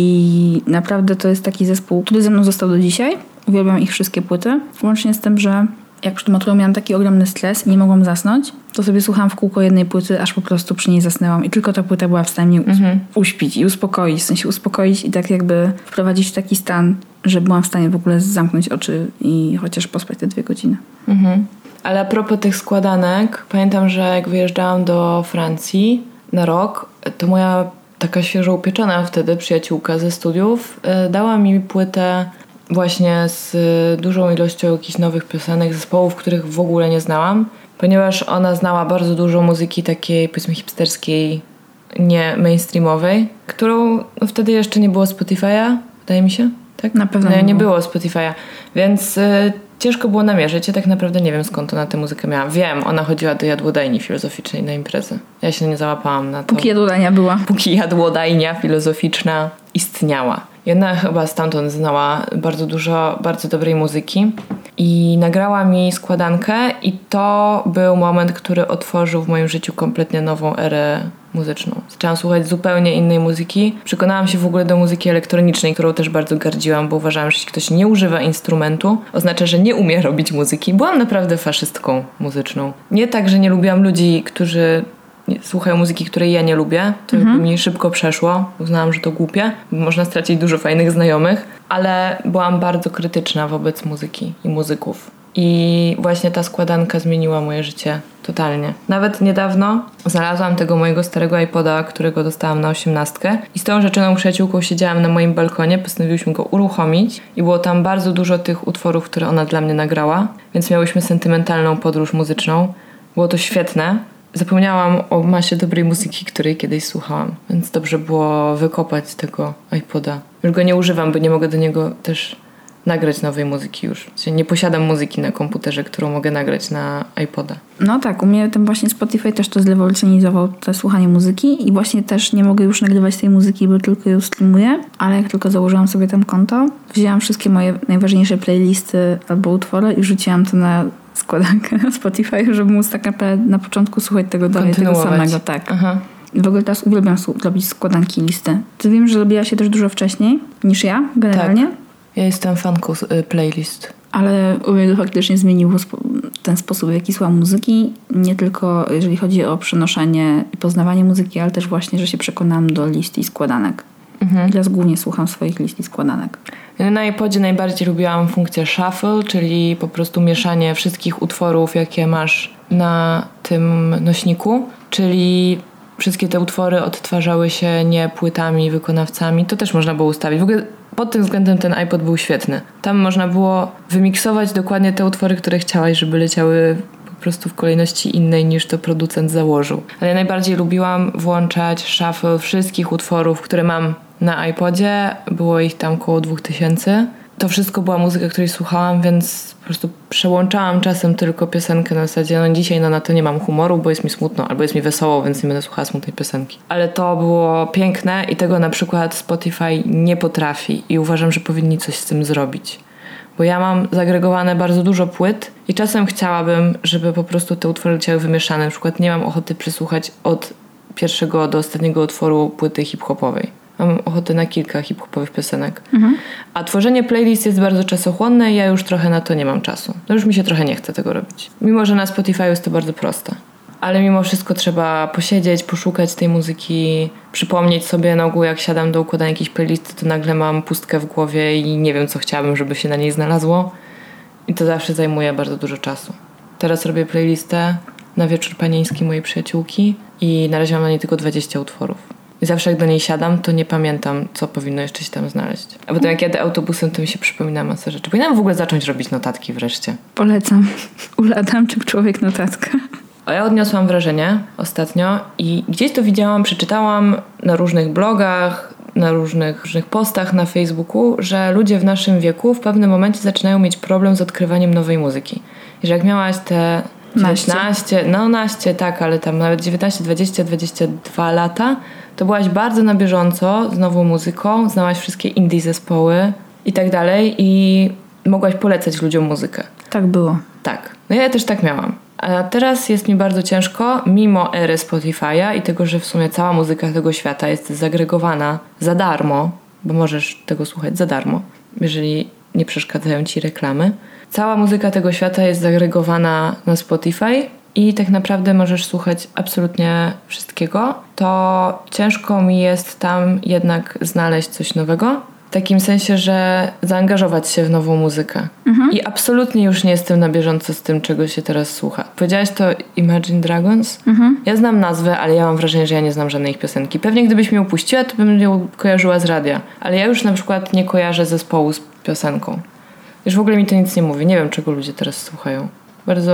I naprawdę to jest taki zespół, który ze mną został do dzisiaj. Uwielbiam ich wszystkie płyty. Łącznie z tym, że jak przed maturą miałam taki ogromny stres i nie mogłam zasnąć, to sobie słuchałam w kółko jednej płyty, aż po prostu przy niej zasnęłam. I tylko ta płyta była w stanie mnie mhm. uśpić i uspokoić. W sensie uspokoić i tak jakby wprowadzić w taki stan, że byłam w stanie w ogóle zamknąć oczy i chociaż pospać te dwie godziny. Mhm. Ale a propos tych składanek, pamiętam, że jak wyjeżdżałam do Francji na rok, to moja taka świeżo upieczona wtedy przyjaciółka ze studiów yy, dała mi płytę właśnie z dużą ilością jakichś nowych piosenek, zespołów, których w ogóle nie znałam. ponieważ ona znała bardzo dużo muzyki takiej, powiedzmy, hipsterskiej, nie mainstreamowej, którą no, wtedy jeszcze nie było Spotify'a, wydaje mi się, tak? Na pewno no, nie, nie było, było Spotify'a, więc y, ciężko było namierzyć. Ja tak naprawdę nie wiem, skąd ona tę muzykę miała. Wiem, ona chodziła do jadłodajni filozoficznej na imprezę. Ja się nie załapałam na to. Póki jadłodajnia była. Póki jadłodajnia filozoficzna istniała. I ona chyba stamtąd znała bardzo dużo bardzo dobrej muzyki i nagrała mi składankę i to był moment, który otworzył w moim życiu kompletnie nową erę muzyczną. Zaczęłam słuchać zupełnie innej muzyki. Przekonałam się w ogóle do muzyki elektronicznej, którą też bardzo gardziłam, bo uważałam, że jeśli ktoś nie używa instrumentu, oznacza, że nie umie robić muzyki. Byłam naprawdę faszystką muzyczną. Nie tak, że nie lubiłam ludzi, którzy słuchają muzyki, której ja nie lubię. To mhm. jakby mi szybko przeszło. Uznałam, że to głupie, bo można stracić dużo fajnych znajomych, ale byłam bardzo krytyczna wobec muzyki i muzyków. I właśnie ta składanka zmieniła moje życie totalnie. Nawet niedawno znalazłam tego mojego starego iPoda, którego dostałam na osiemnastkę i z tą rzeczoną przyjaciółką siedziałam na moim balkonie, postanowiłyśmy go uruchomić i było tam bardzo dużo tych utworów, które ona dla mnie nagrała, więc miałyśmy sentymentalną podróż muzyczną. Było to świetne. Zapomniałam o masie dobrej muzyki, której kiedyś słuchałam, więc dobrze było wykopać tego iPoda. Już go nie używam, bo nie mogę do niego też nagrać nowej muzyki już. W sensie nie posiadam muzyki na komputerze, którą mogę nagrać na iPoda. No tak, u mnie ten właśnie Spotify też to zrewolucjonizował to słuchanie muzyki i właśnie też nie mogę już nagrywać tej muzyki, bo tylko ją streamuję, ale jak tylko założyłam sobie tam konto, wzięłam wszystkie moje najważniejsze playlisty albo utwory i rzuciłam to na składankę na Spotify, żeby móc tak naprawdę na początku słuchać tego dalej, tego samego. Tak. Aha. W ogóle teraz uwielbiam robić składanki, listy. Ty wiem, że robiła się też dużo wcześniej niż ja, generalnie. Tak. Ja jestem fanką playlist. Ale u mnie to faktycznie zmieniło ten sposób, w jaki słucham muzyki. Nie tylko jeżeli chodzi o przenoszenie i poznawanie muzyki, ale też właśnie, że się przekonałam do list i składanek. Mhm. Teraz głównie słucham swoich list i składanek. Na iPodzie najbardziej lubiłam funkcję shuffle, czyli po prostu mieszanie wszystkich utworów, jakie masz na tym nośniku. Czyli wszystkie te utwory odtwarzały się nie płytami, wykonawcami. To też można było ustawić. W ogóle pod tym względem ten iPod był świetny. Tam można było wymiksować dokładnie te utwory, które chciałaś, żeby leciały po prostu w kolejności innej niż to producent założył. Ale ja najbardziej lubiłam włączać shuffle wszystkich utworów, które mam na iPodzie. Było ich tam około dwóch tysięcy. To wszystko była muzyka, której słuchałam, więc po prostu przełączałam czasem tylko piosenkę na zasadzie, no dzisiaj no, na to nie mam humoru, bo jest mi smutno, albo jest mi wesoło, więc nie będę słuchała smutnej piosenki. Ale to było piękne i tego na przykład Spotify nie potrafi i uważam, że powinni coś z tym zrobić. Bo ja mam zagregowane bardzo dużo płyt i czasem chciałabym, żeby po prostu te utwory leciały wymieszane. Na przykład nie mam ochoty przysłuchać od pierwszego do ostatniego utworu płyty hip-hopowej. Mam ochotę na kilka hip-hopowych piosenek. Mhm. A tworzenie playlist jest bardzo czasochłonne i ja już trochę na to nie mam czasu. No już mi się trochę nie chce tego robić. Mimo, że na Spotify jest to bardzo proste. Ale mimo wszystko trzeba posiedzieć, poszukać tej muzyki, przypomnieć sobie na ogół, jak siadam do układania jakiejś playlisty, to nagle mam pustkę w głowie i nie wiem, co chciałabym, żeby się na niej znalazło. I to zawsze zajmuje bardzo dużo czasu. Teraz robię playlistę na wieczór panieński mojej przyjaciółki i na razie mam na niej tylko dwadzieścia utworów. I zawsze jak do niej siadam, to nie pamiętam, co powinno jeszcze się tam znaleźć. A potem jak jadę autobusem, to mi się przypomina masa rzeczy. Powinnam w ogóle zacząć robić notatki wreszcie. Polecam. Ula Adamczyk, człowiek notatka. A ja odniosłam wrażenie ostatnio i gdzieś to widziałam, przeczytałam na różnych blogach, na różnych, różnych postach na Facebooku, że ludzie w naszym wieku w pewnym momencie zaczynają mieć problem z odkrywaniem nowej muzyki. I że jak miałaś te dziewiętnaście, no naście, tak, ale tam nawet dziewiętnaście, dwadzieścia, dwadzieścia dwa lata, to byłaś bardzo na bieżąco z nową muzyką, znałaś wszystkie indie zespoły i tak dalej i mogłaś polecać ludziom muzykę. Tak było. Tak. No ja też tak miałam. A teraz jest mi bardzo ciężko, mimo ery Spotify'a i tego, że w sumie cała muzyka tego świata jest zagregowana za darmo, bo możesz tego słuchać za darmo, jeżeli nie przeszkadzają ci reklamy. Cała muzyka tego świata jest zagregowana na Spotify i tak naprawdę możesz słuchać absolutnie wszystkiego. To ciężko mi jest tam jednak znaleźć coś nowego. W takim sensie, że zaangażować się w nową muzykę. Mhm. I absolutnie już nie jestem na bieżąco z tym, czego się teraz słucha. Powiedziałaś to Imagine Dragons? Mhm. Ja znam nazwę, ale ja mam wrażenie, że ja nie znam żadnej ich piosenki. Pewnie gdybyś mnie upuściła, to bym ją kojarzyła z radia. Ale ja już na przykład nie kojarzę zespołu z piosenką. Już w ogóle mi to nic nie mówi. Nie wiem, czego ludzie teraz słuchają. Bardzo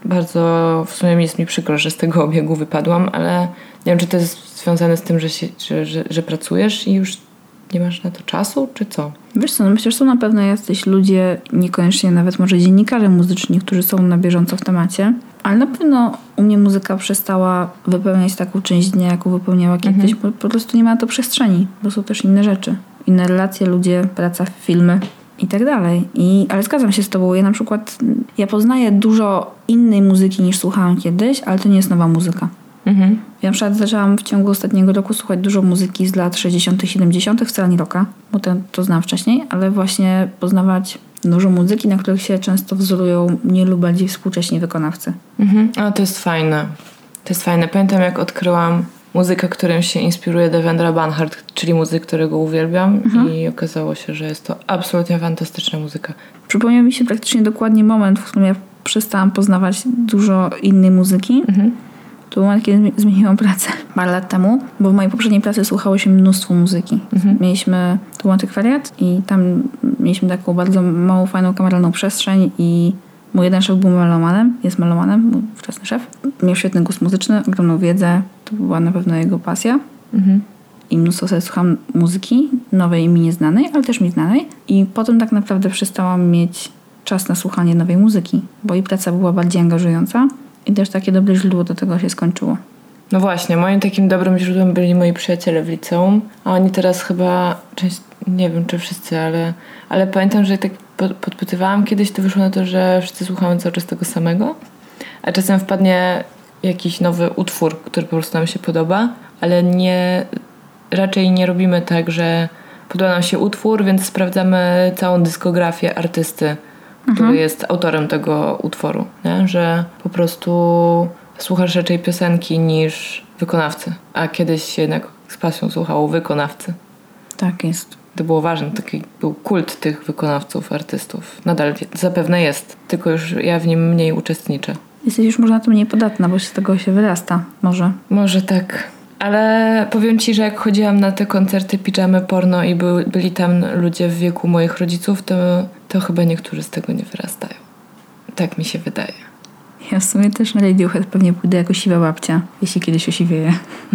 Bardzo w sumie jest mi przykro, że z tego obiegu wypadłam, ale nie wiem, czy to jest związane z tym, że, się, że, że, że pracujesz i już nie masz na to czasu, czy co? Wiesz co, no myślę, że są na pewno jacyś ludzie, niekoniecznie nawet może dziennikarze muzyczni, którzy są na bieżąco w temacie, ale na pewno u mnie muzyka przestała wypełniać taką część dnia, jaką wypełniała kiedyś, mhm. bo po prostu nie ma na to przestrzeni, bo są też inne rzeczy. Inne relacje, ludzie, praca, filmy i tak dalej. I, ale zgadzam się z tobą. Ja na przykład, ja poznaję dużo innej muzyki niż słuchałam kiedyś, ale to nie jest nowa muzyka. Mhm. Ja na przykład zaczęłam w ciągu ostatniego roku słuchać dużo muzyki z lat sześćdziesiątych, siedemdziesiątych, wcale nie rocka, bo to, to znam wcześniej, ale właśnie poznawać dużo muzyki, na których się często wzorują mniej lub bardziej współcześni wykonawcy. Mhm. A to jest fajne. To jest fajne. Pamiętam, jak odkryłam muzykę, którym się inspiruje Devendra Banhart, czyli muzyk, którego uwielbiam, mhm. i okazało się, że jest to absolutnie fantastyczna muzyka. Przypomniał mi się praktycznie dokładnie moment, w którym ja przestałam poznawać dużo innej muzyki. Mhm. To był moment, kiedy zmieniłam pracę parę lat temu, bo w mojej poprzedniej pracy słuchało się mnóstwo muzyki. Mhm. Mieliśmy, to był antykwariat i tam mieliśmy taką bardzo małą, fajną, kameralną przestrzeń i mój jeden szef był melomanem, jest melomanem, mój wczesny szef. Miał świetny gust muzyczny, ogromną wiedzę, to była na pewno jego pasja. Mhm. I mnóstwo sobie słucham muzyki, nowej i mi nieznanej, ale też mi znanej. I potem tak naprawdę przestałam mieć czas na słuchanie nowej muzyki, bo i praca była bardziej angażująca i też takie dobre źródło do tego się skończyło. No właśnie, moim takim dobrym źródłem byli moi przyjaciele w liceum, a oni teraz chyba, część, nie wiem czy wszyscy, ale, ale pamiętam, że tak podpytywałam kiedyś, to wyszło na to, że wszyscy słuchamy cały czas tego samego, a czasem wpadnie jakiś nowy utwór, który po prostu nam się podoba, ale nie, raczej nie robimy tak, że podoba nam się utwór, więc sprawdzamy całą dyskografię artysty, mhm. który jest autorem tego utworu, nie? Że po prostu słuchasz raczej piosenki niż wykonawcy, a kiedyś jednak z pasją słuchało wykonawcy. Tak jest. To było ważne, taki był kult tych wykonawców, artystów. Nadal zapewne jest, tylko już ja w nim mniej uczestniczę. Jesteś już może na to mniej podatna, bo z tego się wyrasta, może. Może tak. Ale powiem ci, że jak chodziłam na te koncerty pijamy porno i by, byli tam ludzie w wieku moich rodziców, to, to chyba niektórzy z tego nie wyrastają. Tak mi się wydaje. Ja w sumie też na Radiohead pewnie pójdę jako siwa babcia, jeśli kiedyś osiwieję.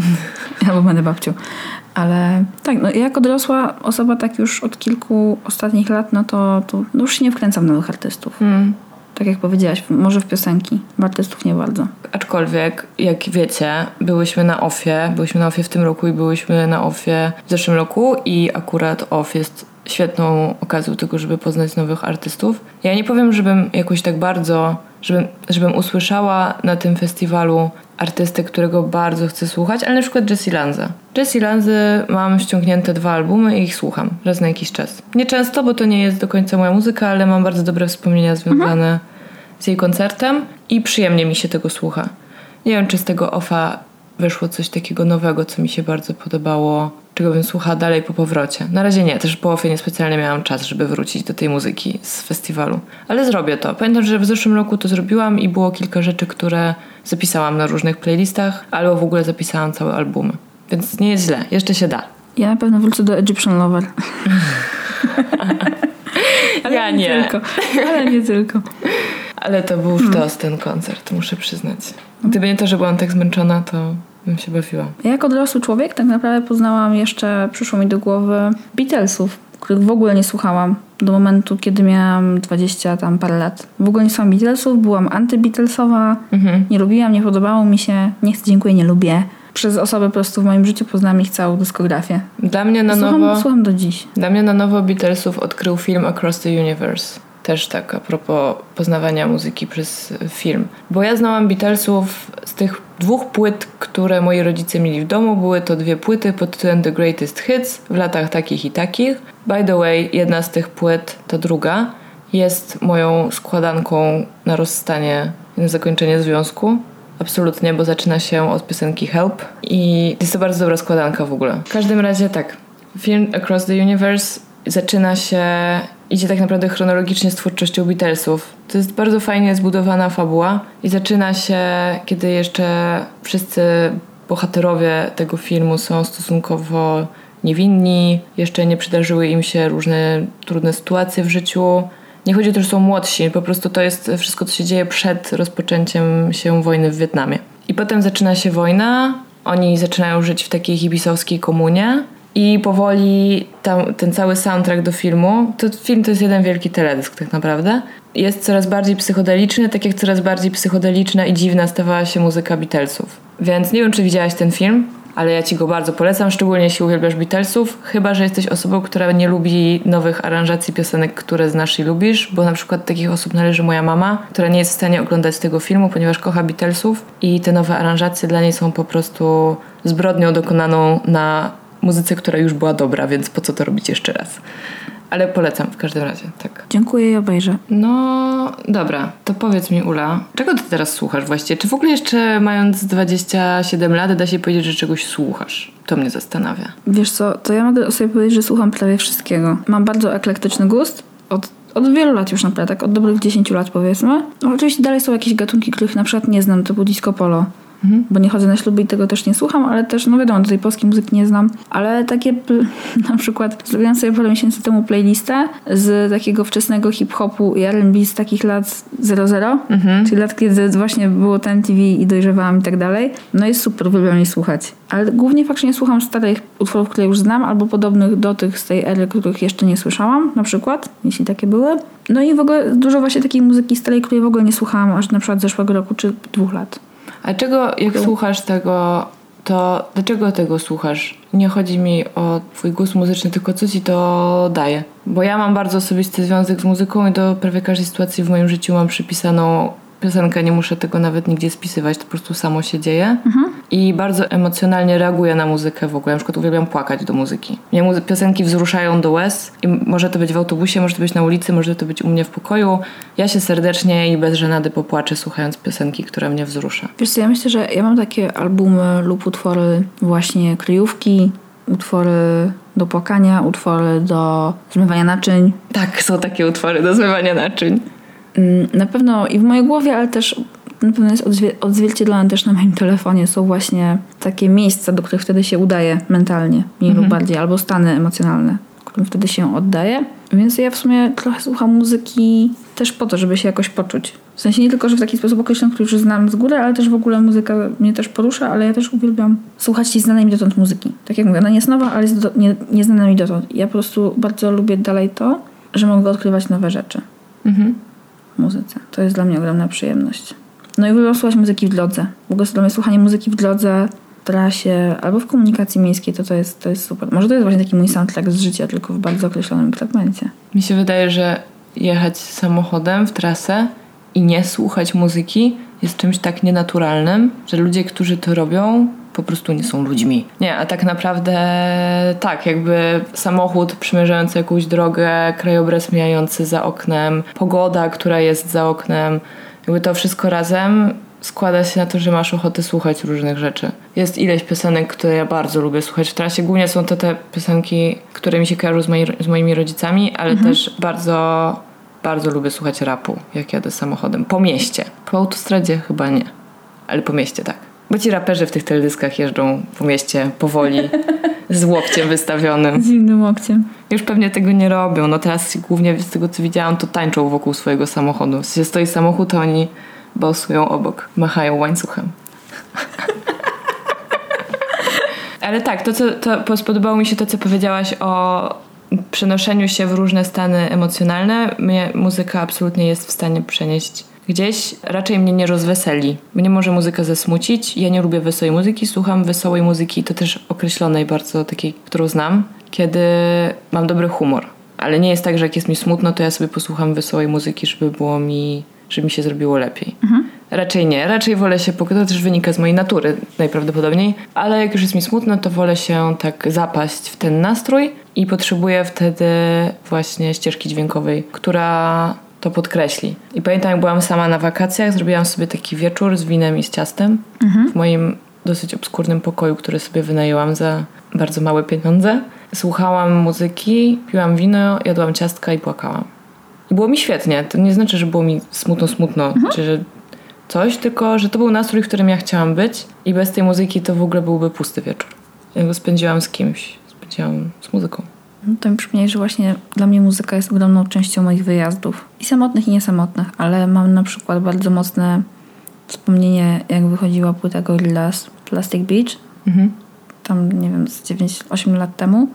Albo będę babcią. Ale tak, no ja jako dorosła osoba tak już od kilku ostatnich lat, no to, to no już się nie wkręcam w nowych artystów. Mm. Tak jak powiedziałaś, może w piosenki, w artystów nie bardzo. Aczkolwiek, jak wiecie, byłyśmy na Offie, byłyśmy na Offie w tym roku i byłyśmy na Offie w zeszłym roku i akurat Off jest świetną okazją do tego, żeby poznać nowych artystów. Ja nie powiem, żebym jakoś tak bardzo, żebym, żebym usłyszała na tym festiwalu artystę, którego bardzo chcę słuchać, ale na przykład Jessie Lanza. Jessie Lanzy mam ściągnięte dwa albumy i ich słucham raz na jakiś czas. Nie często, bo to nie jest do końca moja muzyka, ale mam bardzo dobre wspomnienia związane mhm. z jej koncertem i przyjemnie mi się tego słucha. Nie wiem, czy z tego Offa wyszło coś takiego nowego, co mi się bardzo podobało, czego bym słuchała dalej po powrocie. Na razie nie, też po Offie niespecjalnie miałam czas, żeby wrócić do tej muzyki z festiwalu. Ale zrobię to. Pamiętam, że w zeszłym roku to zrobiłam i było kilka rzeczy, które zapisałam na różnych playlistach, albo w ogóle zapisałam całe albumy. Więc nie jest źle, jeszcze się da. Ja na pewno wrócę do Egyptian Lover. ale ja nie. nie. Tylko. Ale nie tylko. Ale to był hmm. sztos ten koncert, muszę przyznać. Gdyby nie to, że byłam tak zmęczona, to bym się bawiła. Ja jako dorosły człowiek tak naprawdę poznałam jeszcze, przyszło mi do głowy Beatlesów, których w ogóle nie słuchałam do momentu, kiedy miałam dwadzieścia tam parę lat. W ogóle nie słuchałam Beatlesów, byłam anty-Beatlesowa, mhm. nie lubiłam, nie podobało mi się, nie chcę, dziękuję, nie lubię. Przez osoby po prostu w moim życiu poznałam ich całą dyskografię. Dla mnie na słucham, nowo... Słucham do dziś. Dla mnie na nowo Beatlesów odkrył film Across the Universe. Też tak a propos poznawania muzyki przez film. Bo ja znałam Beatlesów z tych dwóch płyt, które moi rodzice mieli w domu. Były to dwie płyty pod tytułem The Greatest Hits w latach takich i takich. By the way, jedna z tych płyt, ta druga, jest moją składanką na rozstanie, na zakończenie związku. Absolutnie, bo zaczyna się od piosenki Help i jest to bardzo dobra składanka w ogóle. W każdym razie tak, film Across the Universe zaczyna się, idzie tak naprawdę chronologicznie z twórczością Beatlesów. To jest bardzo fajnie zbudowana fabuła i zaczyna się, kiedy jeszcze wszyscy bohaterowie tego filmu są stosunkowo niewinni, jeszcze nie przydarzyły im się różne trudne sytuacje w życiu Nie chodzi o to, że są młodsi, po prostu to jest wszystko, co się dzieje przed rozpoczęciem się wojny w Wietnamie. I potem zaczyna się wojna, oni zaczynają żyć w takiej hipisowskiej komunie i powoli tam, ten cały soundtrack do filmu, to film to jest jeden wielki teledysk tak naprawdę, jest coraz bardziej psychodeliczny, tak jak coraz bardziej psychodeliczna i dziwna stawała się muzyka Beatlesów. Więc nie wiem, czy widziałaś ten film, ale ja ci go bardzo polecam, szczególnie jeśli uwielbiasz Beatlesów, chyba że jesteś osobą, która nie lubi nowych aranżacji piosenek, które znasz i lubisz, bo na przykład takich osób należy moja mama, która nie jest w stanie oglądać tego filmu, ponieważ kocha Beatlesów i te nowe aranżacje dla niej są po prostu zbrodnią dokonaną na muzyce, która już była dobra, więc po co to robić jeszcze raz? Ale polecam w każdym razie, tak. Dziękuję i obejrzę. No, dobra, to powiedz mi, Ula, czego ty teraz słuchasz właściwie? Czy w ogóle jeszcze mając dwadzieścia siedem lat da się powiedzieć, że czegoś słuchasz? To mnie zastanawia. Wiesz co, to ja mogę sobie powiedzieć, że słucham prawie wszystkiego. Mam bardzo eklektyczny gust. Od, od wielu lat już naprawdę, tak od dobrych dziesięciu lat powiedzmy. No, oczywiście dalej są jakieś gatunki, których na przykład nie znam, typu disco polo. Mhm. Bo nie chodzę na śluby i tego też nie słucham, ale też, no wiadomo, do tej polskiej muzyki nie znam, ale takie na przykład zrobiłam sobie parę miesięcy temu playlistę z takiego wczesnego hip-hopu i R and B z takich lat zero zero, mhm. czyli lat, kiedy właśnie było ten T V i dojrzewałam i tak dalej. No jest super, uwielbiam jej słuchać. Ale głównie faktycznie słucham starych utworów, które już znam, albo podobnych do tych z tej ery, których jeszcze nie słyszałam, na przykład, jeśli takie były. No i w ogóle dużo właśnie takiej muzyki starej, której w ogóle nie słuchałam aż na przykład zeszłego roku czy dwóch lat. A czego, jak to... słuchasz tego, to dlaczego tego słuchasz? Nie chodzi mi o twój gust muzyczny, tylko co ci to daje? Bo ja mam bardzo osobisty związek z muzyką i do prawie każdej sytuacji w moim życiu mam przypisaną piosenkę, nie muszę tego nawet nigdzie spisywać, to po prostu samo się dzieje. Mhm. I bardzo emocjonalnie reaguję na muzykę w ogóle. Na przykład uwielbiam płakać do muzyki. Mnie muzy- piosenki wzruszają do łez i może to być w autobusie, może to być na ulicy, może to być u mnie w pokoju. Ja się serdecznie i bez żenady popłaczę, słuchając piosenki, która mnie wzrusza. Wiesz co, ja myślę, że ja mam takie albumy lub utwory, właśnie kryjówki, utwory do płakania, utwory do zmywania naczyń. Tak, są takie utwory do zmywania naczyń. Na pewno i w mojej głowie, ale też na pewno jest odzwier- odzwierciedlone też na moim telefonie. Są właśnie takie miejsca, do których wtedy się udaje mentalnie, mniej mhm. lub bardziej, albo stany emocjonalne, którym wtedy się oddaje. Więc ja w sumie trochę słucham muzyki też po to, żeby się jakoś poczuć. W sensie nie tylko, że w taki sposób określony, który już znam z góry, ale też w ogóle muzyka mnie też porusza, ale ja też uwielbiam słuchać tej znanej mi dotąd muzyki. Tak jak mówię, ona nie jest nowa, ale jest do, nie, nieznana mi dotąd. Ja po prostu bardzo lubię dalej to, że mogę odkrywać nowe rzeczy. Mhm. W muzyce. To jest dla mnie ogromna przyjemność. No i uwielbiam słuchać muzyki w drodze. W ogóle dla mnie słuchanie muzyki w drodze, w trasie albo w komunikacji miejskiej, to to jest, to jest super. Może to jest właśnie taki mój soundtrack z życia, tylko w bardzo określonym fragmencie. Mi się wydaje, że jechać samochodem w trasę i nie słuchać muzyki jest czymś tak nienaturalnym, że ludzie, którzy to robią, po prostu nie są ludźmi. Nie, a tak naprawdę tak, jakby samochód przemierzający jakąś drogę, krajobraz mijający za oknem, pogoda, która jest za oknem, jakby to wszystko razem składa się na to, że masz ochotę słuchać różnych rzeczy. Jest ileś piosenek, które ja bardzo lubię słuchać w trasie. Głównie są to te piosenki, które mi się kojarzą z, moi, z moimi rodzicami, ale mhm. też bardzo, bardzo lubię słuchać rapu, jak jadę samochodem. Po mieście. Po autostradzie chyba nie, ale po mieście tak. Bo ci raperzy w tych teledyskach jeżdżą po mieście powoli, z łokciem wystawionym. Z innym łokciem. Już pewnie tego nie robią. No teraz głównie z tego, co widziałam, to tańczą wokół swojego samochodu. W sensie stoi samochód, to oni bałsują obok, machają łańcuchem. Ale tak, to, co, to spodobało mi się to, co powiedziałaś o przenoszeniu się w różne stany emocjonalne. Mnie muzyka absolutnie jest w stanie przenieść gdzieś. Raczej mnie nie rozweseli. Mnie może muzyka zasmucić. Ja nie lubię wesołej muzyki. Słucham wesołej muzyki, to też określonej bardzo, takiej, którą znam, kiedy mam dobry humor. Ale nie jest tak, że jak jest mi smutno, to ja sobie posłucham wesołej muzyki, żeby było mi, żeby mi się zrobiło lepiej. Mhm. Raczej nie. Raczej wolę się, to też wynika z mojej natury najprawdopodobniej, ale jak już jest mi smutno, to wolę się tak zapaść w ten nastrój i potrzebuję wtedy właśnie ścieżki dźwiękowej, która to podkreśli. I pamiętam, jak byłam sama na wakacjach, zrobiłam sobie taki wieczór z winem i z ciastem mhm. w moim dosyć obskurnym pokoju, który sobie wynajęłam za bardzo małe pieniądze. Słuchałam muzyki, piłam wino, jadłam ciastka i płakałam. I było mi świetnie. To nie znaczy, że było mi smutno, smutno, mhm. czy że coś, tylko że to był nastrój, w którym ja chciałam być i bez tej muzyki to w ogóle byłby pusty wieczór. Ja go spędziłam z kimś. Spędziłam z muzyką. No to mi przypomniałeś, że właśnie dla mnie muzyka jest ogromną częścią moich wyjazdów. I samotnych, i niesamotnych, ale mam na przykład bardzo mocne wspomnienie, jak wychodziła płyta Gorillaz Plastic Beach. Mhm. Tam, nie wiem, z dziewięć osiem lat temu.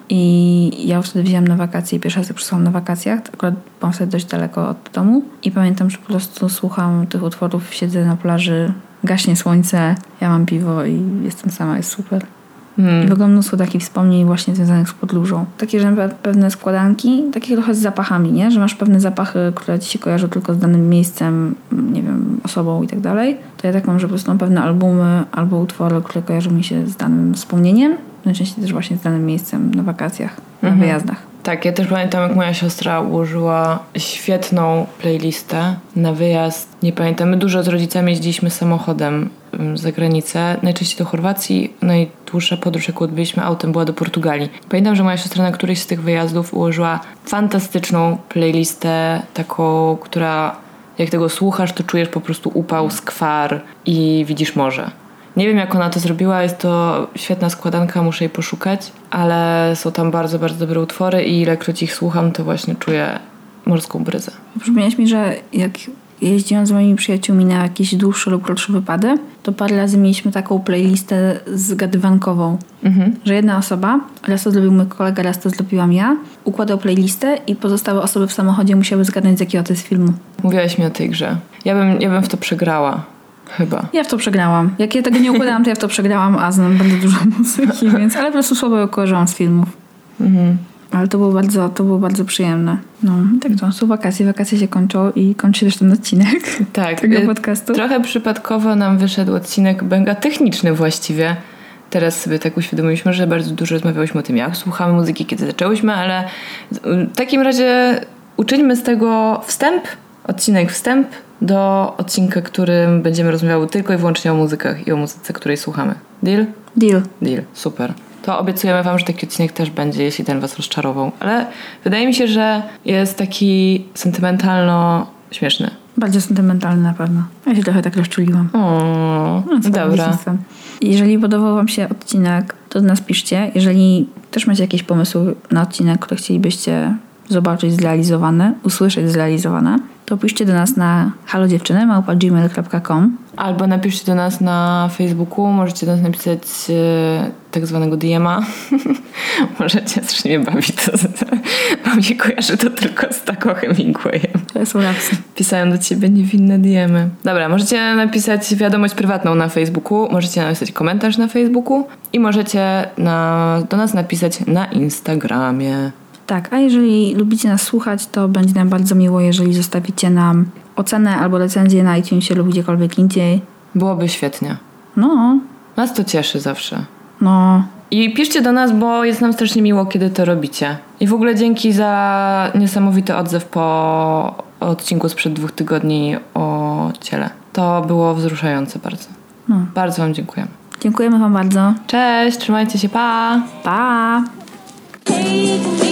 I ja wtedy wziąłem na wakacje i pierwszy raz jak przyszłam na wakacjach. Akurat byłam sobie dość daleko od domu. I pamiętam, że po prostu słucham tych utworów, siedzę na plaży, gaśnie słońce, ja mam piwo i jestem sama, jest super. Hmm. I w ogóle mnóstwo takich wspomnień właśnie związanych z podróżą. Takie, że na pewne składanki, takie trochę z zapachami, nie? Że masz pewne zapachy, które ci się kojarzą tylko z danym miejscem, nie wiem, osobą i tak dalej. To ja tak mam, że po prostu mam pewne albumy albo utwory, które kojarzą mi się z danym wspomnieniem. Najczęściej też właśnie z danym miejscem na wakacjach, na mhm. wyjazdach. Tak, ja też pamiętam, jak moja siostra ułożyła świetną playlistę na wyjazd. Nie pamiętam, my dużo z rodzicami jeździliśmy samochodem za granicę, najczęściej do Chorwacji. Najdłuższa podróż, jaką odbyliśmy autem, była do Portugalii. Pamiętam, że moja siostra na którejś z tych wyjazdów ułożyła fantastyczną playlistę, taką, która jak tego słuchasz, to czujesz po prostu upał, skwar i widzisz morze. Nie wiem, jak ona to zrobiła, jest to świetna składanka, muszę jej poszukać, ale są tam bardzo, bardzo dobre utwory i ilekroć ich słucham, to właśnie czuję morską bryzę. Przypomniałeś mi, że jak jeździłam z moimi przyjaciółmi na jakieś dłuższe lub krótsze wypady, to parę razy mieliśmy taką playlistę zgadywankową, mhm. że jedna osoba, raz to zrobił mój kolega, raz to zrobiłam ja, układał playlistę i pozostałe osoby w samochodzie musiały zgadnąć, z jakiego to jest filmu. Mówiłaś mi o tej grze. Ja bym, ja bym w to przegrała. Chyba. Ja w to przegrałam. Jak ja tego nie układałam, to ja w to przegrałam, a znam bardzo dużo muzyki, więc, ale po prostu słabo ją kojarzyłam z filmów. Mhm. Ale to było bardzo, to było bardzo przyjemne. No, tak to są wakacje. Wakacje się kończą i kończy też ten odcinek tak, tego podcastu. Trochę przypadkowo nam wyszedł odcinek mega techniczny właściwie. Teraz sobie tak uświadomiliśmy, że bardzo dużo rozmawiałyśmy o tym, jak słuchamy muzyki, kiedy zaczęłyśmy, ale w takim razie uczyńmy z tego wstęp, odcinek wstęp do odcinka, którym będziemy rozmawiały tylko i wyłącznie o muzykach i o muzyce, której słuchamy. Deal? Deal. Deal. Super. To obiecujemy wam, że taki odcinek też będzie, jeśli ten was rozczarował. Ale wydaje mi się, że jest taki sentymentalno śmieszny. Bardzo sentymentalny na pewno. Ja się trochę tak rozczuliłam. O, no, dobra. Jeżeli podobał wam się odcinek, to do nas piszcie. Jeżeli też macie jakieś pomysły na odcinek, które chcielibyście zobaczyć zrealizowane, usłyszeć zrealizowane, to piszcie do nas na halodziewczyny małpa gmail kropka com albo napiszcie do nas na Facebooku, możecie do nas napisać e, tak zwanego D M a. Możecie, strasznie mnie bawi to, bo mnie kojarzy to tylko z taką Hemingwayem. To jest uracja. Pisają do ciebie niewinne D M y. Dobra, możecie napisać wiadomość prywatną na Facebooku, możecie napisać komentarz na Facebooku i możecie na, do nas napisać na Instagramie. Tak, a jeżeli lubicie nas słuchać, to będzie nam bardzo miło, jeżeli zostawicie nam ocenę albo recenzję na iTunesie lub gdziekolwiek indziej. Byłoby świetnie. No. Nas to cieszy zawsze. No. I piszcie do nas, bo jest nam strasznie miło, kiedy to robicie. I w ogóle dzięki za niesamowity odzew po odcinku sprzed dwóch tygodni o ciele. To było wzruszające bardzo. No. Bardzo wam dziękujemy. Dziękujemy wam bardzo. Cześć, trzymajcie się, pa! Pa! Hey,